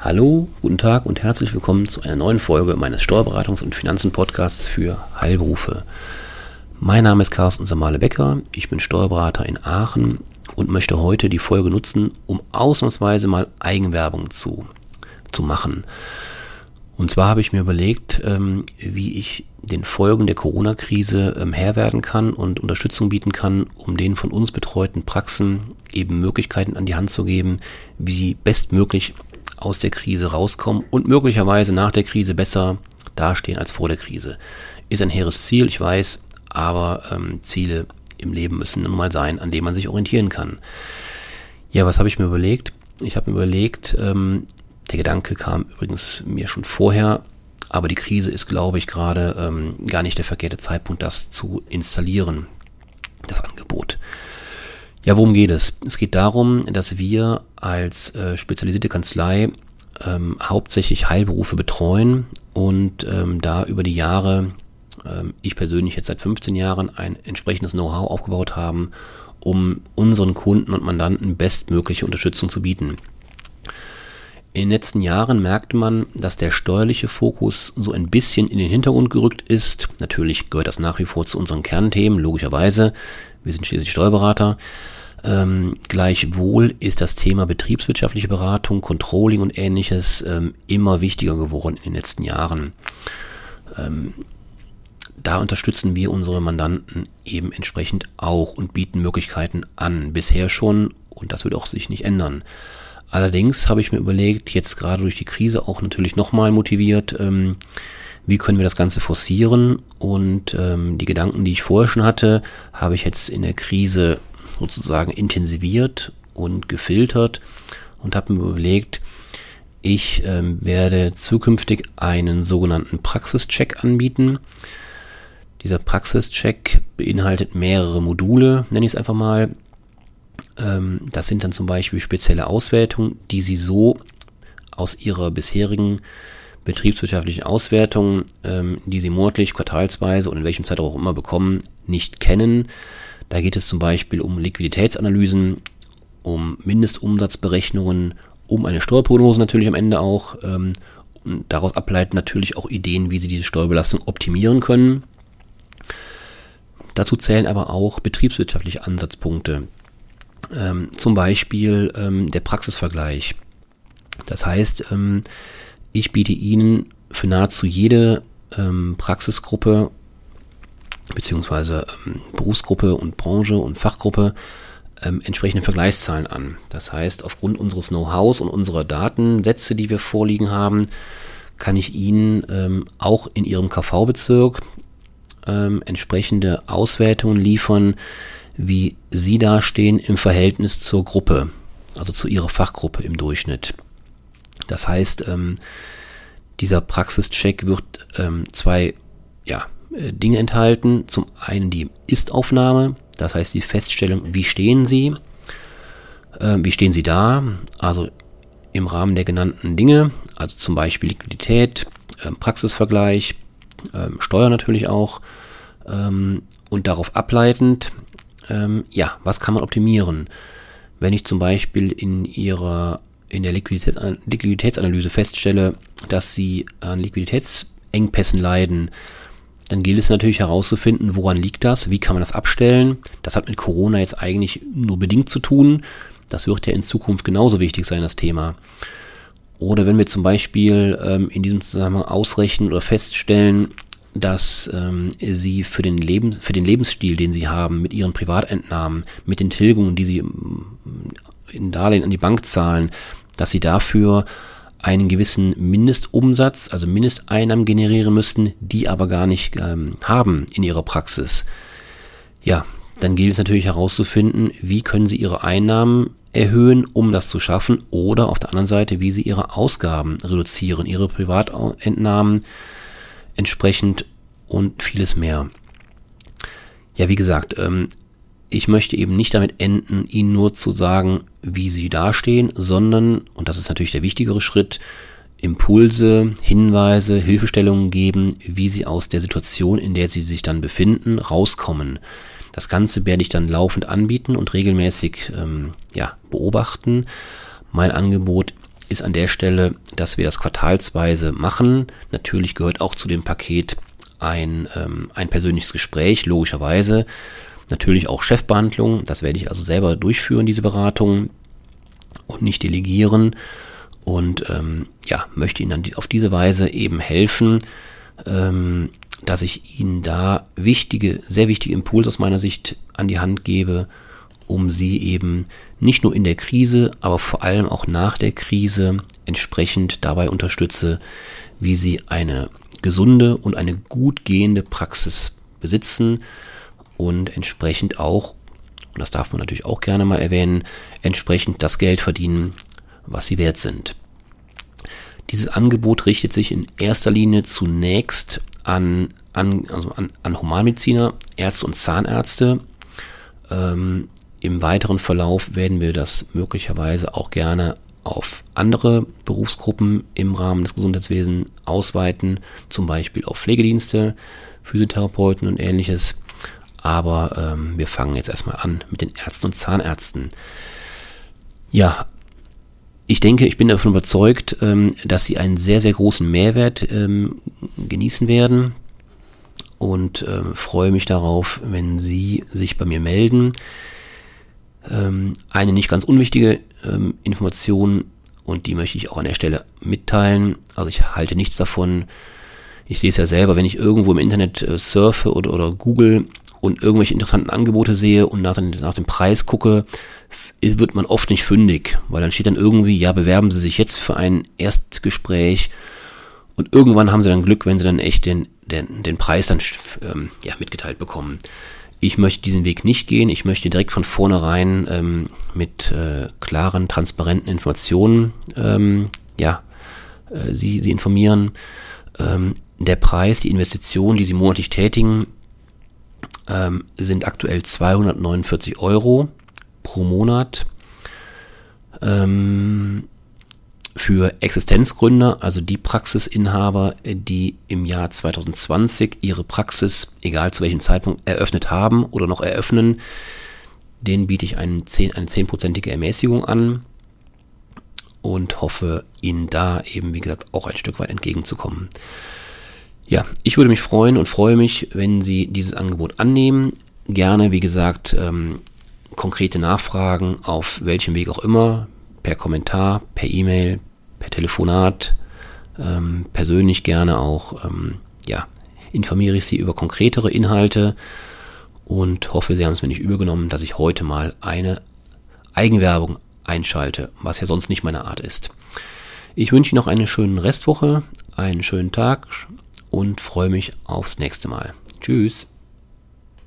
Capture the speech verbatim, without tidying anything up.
Hallo, guten Tag und herzlich willkommen zu einer neuen Folge meines Steuerberatungs- und Finanzen-Podcasts für Heilberufe. Mein Name ist Carsten Samale-Becker, ich bin Steuerberater in Aachen und möchte heute die Folge nutzen, um ausnahmsweise mal Eigenwerbung zu, zu machen. Und zwar habe ich mir überlegt, ähm, wie ich den Folgen der Corona-Krise ähm, Herr werden kann und Unterstützung bieten kann, um den von uns betreuten Praxen eben Möglichkeiten an die Hand zu geben, wie sie bestmöglich aus der Krise rauskommen und möglicherweise nach der Krise besser dastehen als vor der Krise. Ist ein hehres Ziel, ich weiß, aber ähm, Ziele im Leben müssen nun mal sein, an denen man sich orientieren kann. Ja, was habe ich mir überlegt? Ich habe mir überlegt, ähm, der Gedanke kam übrigens mir schon vorher, aber die Krise ist, glaube ich, gerade ähm, gar nicht der verkehrte Zeitpunkt, das zu installieren, das Angebot. Ja, worum geht es? Es geht darum, dass wir als äh, spezialisierte Kanzlei ähm, hauptsächlich Heilberufe betreuen und ähm, da über die Jahre, ähm, ich persönlich jetzt seit fünfzehn Jahren, ein entsprechendes Know-how aufgebaut haben, um unseren Kunden und Mandanten bestmögliche Unterstützung zu bieten. In den letzten Jahren merkte man, dass der steuerliche Fokus so ein bisschen in den Hintergrund gerückt ist. Natürlich gehört das nach wie vor zu unseren Kernthemen, logischerweise. Wir sind schließlich Steuerberater. Ähm, gleichwohl ist das Thema betriebswirtschaftliche Beratung, Controlling und Ähnliches ähm, immer wichtiger geworden in den letzten Jahren. Ähm, da unterstützen wir unsere Mandanten eben entsprechend auch und bieten Möglichkeiten an. Bisher schon, und das wird auch sich nicht ändern. Allerdings habe ich mir überlegt, jetzt gerade durch die Krise auch natürlich nochmal motiviert, ähm, wie können wir das Ganze forcieren, und ähm, die Gedanken, die ich vorher schon hatte, habe ich jetzt in der Krise sozusagen intensiviert und gefiltert und habe mir überlegt, ich ähm, werde zukünftig einen sogenannten Praxischeck anbieten. Dieser Praxischeck beinhaltet mehrere Module, nenne ich es einfach mal. Das sind dann zum Beispiel spezielle Auswertungen, die Sie so aus Ihrer bisherigen betriebswirtschaftlichen Auswertung, die Sie monatlich, quartalsweise und in welchem Zeitraum auch immer bekommen, nicht kennen. Da geht es zum Beispiel um Liquiditätsanalysen, um Mindestumsatzberechnungen, um eine Steuerprognose natürlich am Ende auch. Und daraus ableiten natürlich auch Ideen, wie Sie diese Steuerbelastung optimieren können. Dazu zählen aber auch betriebswirtschaftliche Ansatzpunkte. Ähm, zum Beispiel ähm, der Praxisvergleich. Das heißt, ähm, ich biete Ihnen für nahezu jede ähm, Praxisgruppe beziehungsweise ähm, Berufsgruppe und Branche und Fachgruppe ähm, entsprechende Vergleichszahlen an. Das heißt, aufgrund unseres Know-hows und unserer Datensätze, die wir vorliegen haben, kann ich Ihnen ähm, auch in Ihrem K V-Bezirk ähm, entsprechende Auswertungen liefern, wie Sie dastehen im Verhältnis zur Gruppe, also zu Ihrer Fachgruppe im Durchschnitt. Das heißt, ähm, dieser Praxischeck wird ähm, zwei ja, äh, Dinge enthalten. Zum einen die Ist-Aufnahme, das heißt die Feststellung, wie stehen Sie, äh, wie stehen Sie da, also im Rahmen der genannten Dinge, also zum Beispiel Liquidität, äh, Praxisvergleich, äh, Steuer natürlich auch, ähm, und darauf ableitend, Ähm, ja, was kann man optimieren? Wenn ich zum Beispiel in ihrer in der Liquiditäts- Liquiditätsanalyse feststelle, dass sie an Liquiditätsengpässen leiden, dann gilt es natürlich herauszufinden, woran liegt das, wie kann man das abstellen. Das hat mit Corona jetzt eigentlich nur bedingt zu tun. Das wird ja in Zukunft genauso wichtig sein, das Thema. Oder wenn wir zum Beispiel ähm, in diesem Zusammenhang ausrechnen oder feststellen, dass ähm, sie für den, Leben, für den Lebensstil, den sie haben, mit ihren Privatentnahmen, mit den Tilgungen, die sie in Darlehen an die Bank zahlen, dass sie dafür einen gewissen Mindestumsatz, also Mindesteinnahmen generieren müssten, die aber gar nicht ähm, haben in ihrer Praxis. Ja, dann gilt es natürlich herauszufinden, wie können sie ihre Einnahmen erhöhen, um das zu schaffen, oder auf der anderen Seite, wie sie ihre Ausgaben reduzieren, ihre Privatentnahmen entsprechend und vieles mehr. Ja, wie gesagt, ähm, ich möchte eben nicht damit enden, Ihnen nur zu sagen, wie Sie dastehen, sondern, und das ist natürlich der wichtigere Schritt, Impulse, Hinweise, Hilfestellungen geben, wie Sie aus der Situation, in der Sie sich dann befinden, rauskommen. Das Ganze werde ich dann laufend anbieten und regelmäßig ähm, ja, beobachten. Mein Angebot ist an der Stelle, dass wir das quartalsweise machen. Natürlich gehört auch zu dem Paket ein, ähm, ein persönliches Gespräch, logischerweise. Natürlich auch Chefbehandlung, das werde ich also selber durchführen, diese Beratung, und nicht delegieren. Und ähm, ja, möchte Ihnen dann auf diese Weise eben helfen, ähm, dass ich Ihnen da wichtige, sehr wichtige Impulse aus meiner Sicht an die Hand gebe, um Sie eben nicht nur in der Krise, aber vor allem auch nach der Krise entsprechend dabei unterstütze, wie Sie eine gesunde und eine gut gehende Praxis besitzen und entsprechend auch, und das darf man natürlich auch gerne mal erwähnen, entsprechend das Geld verdienen, was sie wert sind. Dieses Angebot richtet sich in erster Linie zunächst an, an, also an, an Humanmediziner, Ärzte und Zahnärzte. Ähm, Im weiteren Verlauf werden wir das möglicherweise auch gerne auf andere Berufsgruppen im Rahmen des Gesundheitswesens ausweiten, zum Beispiel auf Pflegedienste, Physiotherapeuten und ähnliches. Aber ähm, wir fangen jetzt erstmal an mit den Ärzten und Zahnärzten. Ja, ich denke, ich bin davon überzeugt, ähm, dass Sie einen sehr, sehr großen Mehrwert ähm, genießen werden und ähm, freue mich darauf, wenn Sie sich bei mir melden. Ähm, eine nicht ganz unwichtige ähm, Information, und die möchte ich auch an der Stelle mitteilen. Also ich halte nichts davon. Ich sehe es ja selber, wenn ich irgendwo im Internet äh, surfe oder, oder google und irgendwelche interessanten Angebote sehe und nach, den, nach dem Preis gucke, wird man oft nicht fündig, weil dann steht dann irgendwie, ja, bewerben Sie sich jetzt für ein Erstgespräch, und irgendwann haben Sie dann Glück, wenn Sie dann echt den, den, den Preis dann ähm, ja, mitgeteilt bekommen. Ich möchte diesen Weg nicht gehen. Ich möchte direkt von vornherein ähm, mit äh, klaren, transparenten Informationen ähm, ja, äh, Sie, Sie informieren. Ähm, der Preis, die Investition, die Sie monatlich tätigen, ähm, sind aktuell zweihundertneunundvierzig Euro pro Monat. Ähm, für Existenzgründer, also die Praxisinhaber, die im Jahr zwanzig zwanzig ihre Praxis, egal zu welchem Zeitpunkt, eröffnet haben oder noch eröffnen, denen biete ich einen zehn, eine zehnprozentige Ermäßigung an und hoffe, Ihnen da eben, wie gesagt, auch ein Stück weit entgegenzukommen. Ja, ich würde mich freuen und freue mich, wenn Sie dieses Angebot annehmen. Gerne, wie gesagt, ähm, konkrete Nachfragen auf welchem Weg auch immer, per Kommentar, per E-Mail, per Telefonat, ähm, persönlich gerne auch, ähm, ja, informiere ich Sie über konkretere Inhalte und hoffe, Sie haben es mir nicht übergenommen, dass ich heute mal eine Eigenwerbung einschalte, was ja sonst nicht meine Art ist. Ich wünsche Ihnen noch eine schöne Restwoche, einen schönen Tag und freue mich aufs nächste Mal. Tschüss.